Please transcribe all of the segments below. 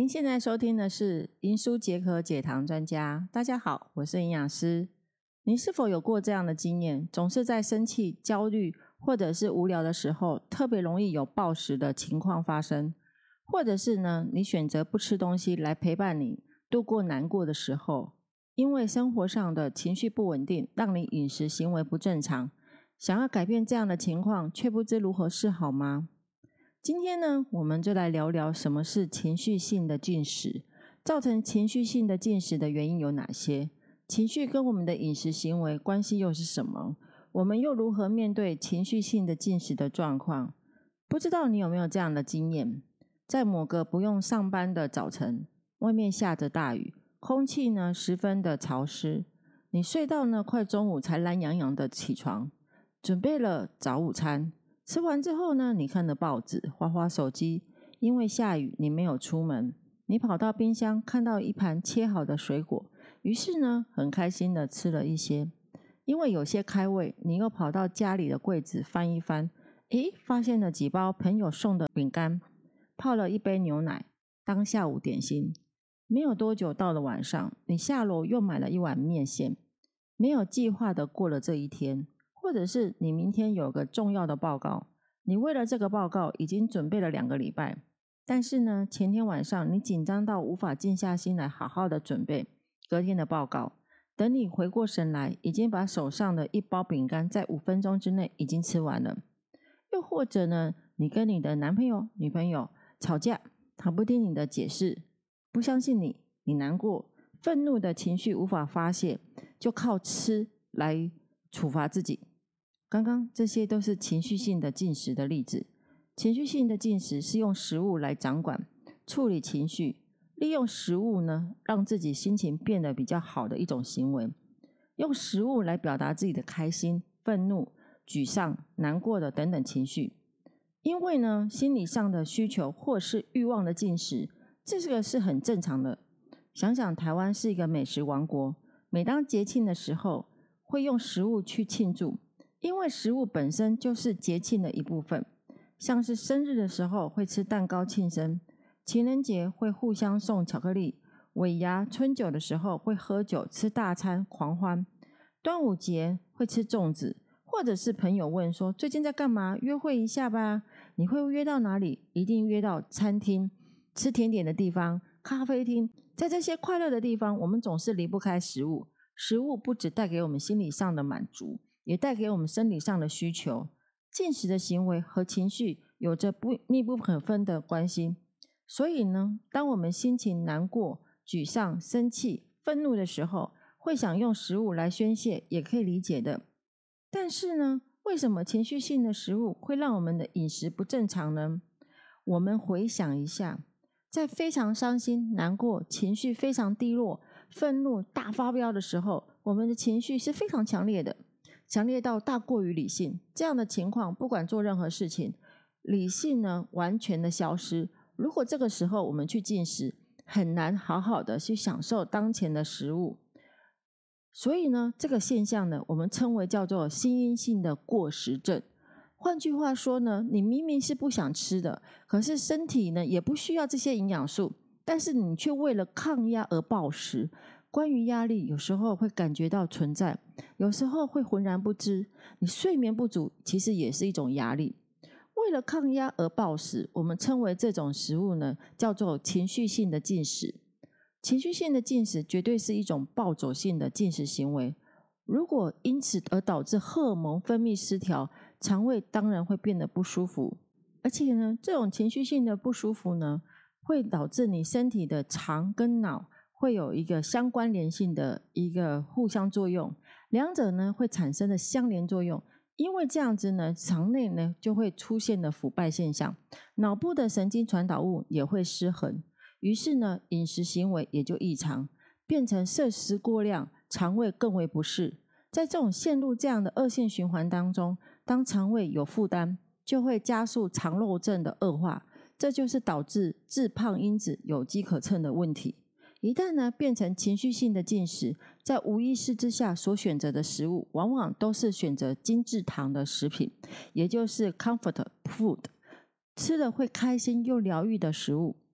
您现在收听的是营书解渴解糖专家。大家好，我是营养师。您是否有过这样的经验，总是在生气、焦虑或者是无聊的时候，特别容易有暴食的情况发生？或者是呢，你选择不吃东西来陪伴你度过难过的时候，因为生活上的情绪不稳定，让你饮食行为不正常，想要改变这样的情况，却不知如何是好吗？今天呢，我们就来聊聊什么是情绪性的进食，造成情绪性的进食的原因有哪些？情绪跟我们的饮食行为关系又是什么？我们又如何面对情绪性的进食的状况？不知道你有没有这样的经验？在某个不用上班的早晨，外面下着大雨，空气呢十分的潮湿，你睡到呢快中午才懒洋洋的起床，准备了早午餐。吃完之后呢，你看了报纸，滑滑手机，因为下雨你没有出门，你跑到冰箱看到一盘切好的水果，于是呢很开心的吃了一些。因为有些开胃，你又跑到家里的柜子翻一翻，发现了几包朋友送的饼干，泡了一杯牛奶当下午点心。没有多久到了晚上，你下楼又买了一碗面线，没有计划的过了这一天。或者是你明天有个重要的报告，你为了这个报告已经准备了2个礼拜，但是呢，前天晚上你紧张到无法静下心来好好的准备隔天的报告，等你回过神来，已经把手上的一包饼干在5分钟之内已经吃完了。又或者呢，你跟你的男朋友、女朋友吵架，他不听你的解释，不相信你，你难过、愤怒的情绪无法发泄，就靠吃来处罚自己。刚刚这些都是情绪性的进食的例子。情绪性的进食是用食物来掌管、处理情绪，利用食物呢，让自己心情变得比较好的一种行为。用食物来表达自己的开心、愤怒、沮丧、难过的等等情绪。因为呢，心理上的需求或是欲望的进食，这个是很正常的。想想台湾是一个美食王国，每当节庆的时候，会用食物去庆祝。因为食物本身就是节庆的一部分，像是生日的时候会吃蛋糕庆生，情人节会互相送巧克力，尾牙春酒的时候会喝酒吃大餐狂欢，端午节会吃粽子，或者是朋友问说最近在干嘛，约会一下吧。你会约到哪里？一定约到餐厅、吃甜点的地方、咖啡厅。在这些快乐的地方，我们总是离不开食物。食物不只带给我们心理上的满足，也带给我们生理上的需求。进食的行为和情绪有着密不可分的关系。所以呢，当我们心情难过、沮丧、生气、愤怒的时候，会想用食物来宣泄，也可以理解的。但是呢，为什么情绪性的食物会让我们的饮食不正常呢？我们回想一下，在非常伤心、难过、情绪非常低落、愤怒大发飙的时候，我们的情绪是非常强烈的，强烈到大过于理性。这样的情况，不管做任何事情，理性呢完全的消失。如果这个时候我们去进食，很难好好的去享受当前的食物。所以呢，这个现象呢，我们称为叫做心因性的过食症。换句话说呢，你明明是不想吃的，可是身体呢也不需要这些营养素，但是你却为了抗压而暴食。关于压力，有时候会感觉到存在，有时候会浑然不知。你睡眠不足，其实也是一种压力。为了抗压而暴食，我们称为这种食物呢，叫做情绪性的进食。情绪性的进食绝对是一种暴走性的进食行为。如果因此而导致荷尔蒙分泌失调，肠胃当然会变得不舒服。而且呢，这种情绪性的不舒服呢，会导致你身体的肠跟脑会有一个相关联性的一个互相作用，两者呢会产生的相连作用。因为这样子呢，肠内呢就会出现了腐败现象，脑部的神经传导物也会失衡。于是呢，饮食行为也就异常，变成摄食过量，肠胃更为不适。在这种陷入这样的恶性循环当中，当肠胃有负担，就会加速肠漏症的恶化，这就是导致致胖因子有机可乘的问题。一旦呢变成情绪性的进食，在无意识之下所选择的食物，往往都是选择精制糖的食品，也就是 comfort food， 吃了会开心又疗愈的食物。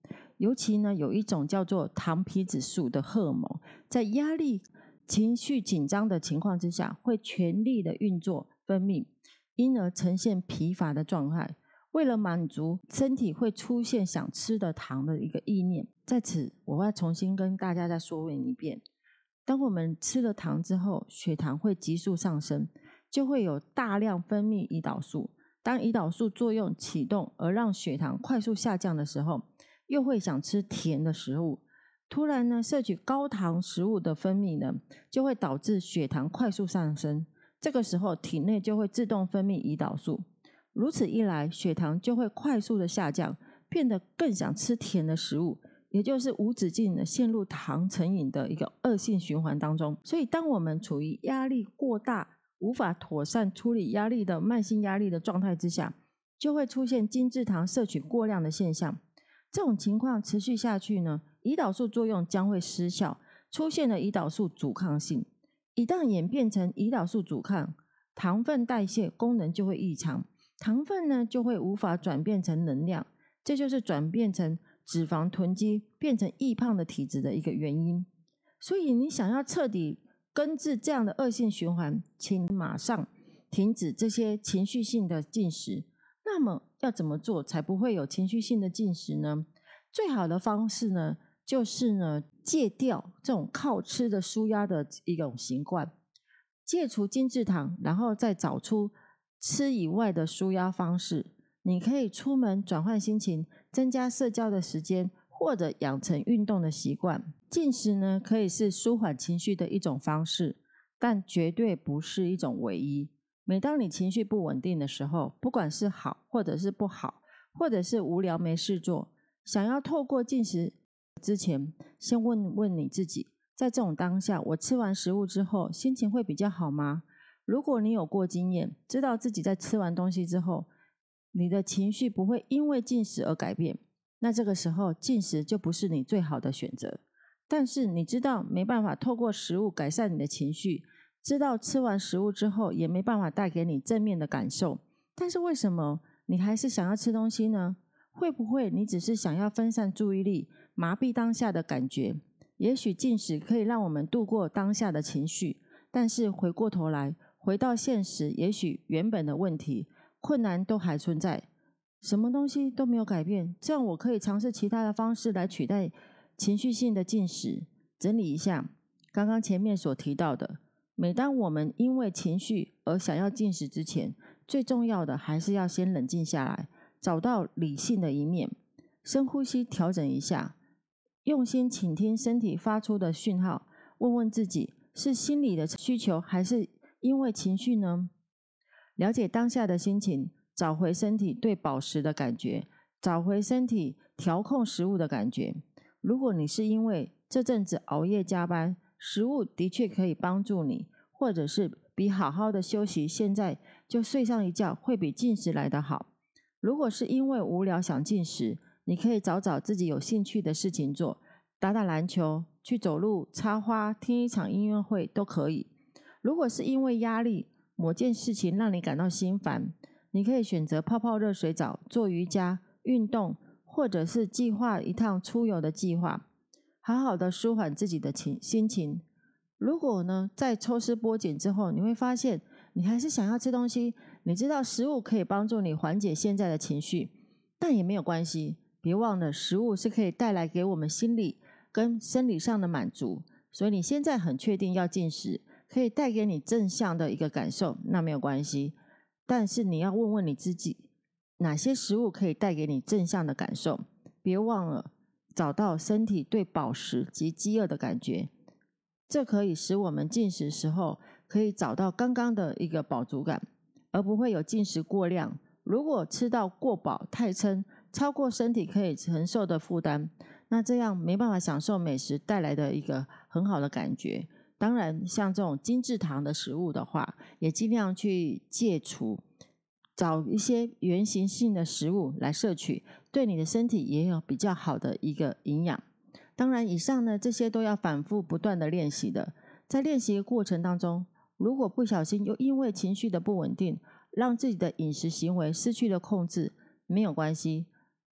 尤其呢有一种叫做糖皮质素的荷尔蒙，在压力、情绪紧张的情况之下，会全力的运作分泌，因而呈现疲乏的状态。为了满足身体会出现想吃的糖的一个意念，在此我要重新跟大家再说明一遍，当我们吃了糖之后，血糖会急速上升，就会有大量分泌胰岛素。当胰岛素作用启动而让血糖快速下降的时候，又会想吃甜的食物。突然呢，摄取高糖食物的分泌呢，就会导致血糖快速上升。这个时候，体内就会自动分泌胰岛素。如此一来，血糖就会快速的下降，变得更想吃甜的食物，也就是无止境的陷入糖成瘾的一个恶性循环当中。所以，当我们处于压力过大，无法妥善处理压力的慢性压力的状态之下，就会出现精制糖摄取过量的现象。这种情况持续下去呢，胰岛素作用将会失效，出现了胰岛素阻抗性。一旦演变成胰岛素阻抗，糖分代谢功能就会异常，糖分呢就会无法转变成能量，这就是转变成脂肪囤积变成易胖的体质的一个原因。所以你想要彻底根治这样的恶性循环，请马上停止这些情绪性的进食。那么要怎么做才不会有情绪性的进食呢？最好的方式呢，就是呢戒掉这种靠吃的抒压的一种习惯，戒除精制糖，然后再找出吃以外的抒压方式。你可以出门转换心情，增加社交的时间，或者养成运动的习惯。进食呢，可以是舒缓情绪的一种方式，但绝对不是一种唯一。每当你情绪不稳定的时候，不管是好或者是不好，或者是无聊没事做，想要透过进食之前，先问问你自己，在这种当下，我吃完食物之后，心情会比较好吗？如果你有过经验，知道自己在吃完东西之后，你的情绪不会因为进食而改变，那这个时候进食就不是你最好的选择。但是你知道没办法透过食物改善你的情绪，知道吃完食物之后也没办法带给你正面的感受，但是为什么你还是想要吃东西呢？会不会你只是想要分散注意力，麻痹当下的感觉？也许进食可以让我们度过当下的情绪，但是回过头来，回到现实，也许原本的问题、困难都还存在，什么东西都没有改变。这样我可以尝试其他的方式来取代情绪性的进食。整理一下刚刚前面所提到的，每当我们因为情绪而想要进食之前，最重要的还是要先冷静下来，找到理性的一面，深呼吸调整一下，用心倾听身体发出的讯号，问问自己是心理的需求还是因为情绪呢？了解当下的心情，找回身体对饱食的感觉，找回身体调控食物的感觉。如果你是因为这阵子熬夜加班，食物的确可以帮助你，或者是比好好的休息，现在就睡上一觉会比进食来得好。如果是因为无聊想进食，你可以找找自己有兴趣的事情做，打打篮球、去走路、插花、听一场音乐会都可以。如果是因为压力，某件事情让你感到心烦，你可以选择泡泡热水澡、做瑜伽、运动，或者是计划一趟出游的计划，好好的舒缓自己的心情。如果呢，在抽丝剥茧之后，你会发现你还是想要吃东西，你知道食物可以帮助你缓解现在的情绪，但也没有关系。别忘了，食物是可以带来给我们心理跟生理上的满足，所以你现在很确定要进食，可以带给你正向的一个感受，那没有关系。但是你要问问你自己，哪些食物可以带给你正向的感受？别忘了找到身体对饱食及饥饿的感觉，这可以使我们进食时候可以找到刚刚的一个饱足感，而不会有进食过量。如果吃到过饱太撑，超过身体可以承受的负担，那这样没办法享受美食带来的一个很好的感觉。当然，像这种精制糖的食物的话，也尽量去戒除，找一些原型性的食物来摄取，对你的身体也有比较好的一个营养。当然，以上呢这些都要反复不断的练习的。在练习的过程当中，如果不小心又因为情绪的不稳定，让自己的饮食行为失去了控制，没有关系。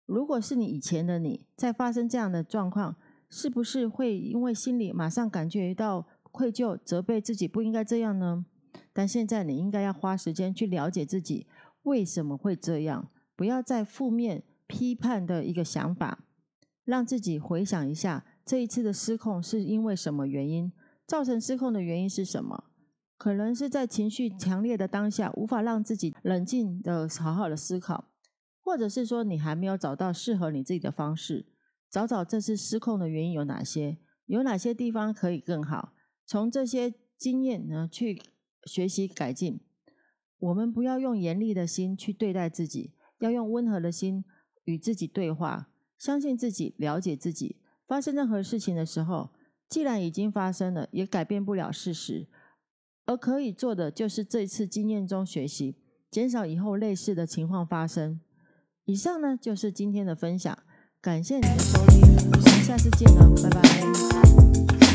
如果是你以前的你，在发生这样的状况，是不是会因为心里马上感觉到愧疚、责备自己不应该这样呢？但现在你应该要花时间去了解自己为什么会这样，不要再负面批判的一个想法，让自己回想一下这一次的失控是因为什么原因，造成失控的原因是什么？可能是在情绪强烈的当下，无法让自己冷静的好好的思考，或者是说你还没有找到适合你自己的方式，找找这次失控的原因有哪些，有哪些地方可以更好，从这些经验呢去学习改进。我们不要用严厉的心去对待自己，要用温和的心与自己对话，相信自己，了解自己。发生任何事情的时候，既然已经发生了，也改变不了事实，而可以做的就是这一次经验中学习，减少以后类似的情况发生。以上呢就是今天的分享，感谢你的收听，我们下次见了，拜拜。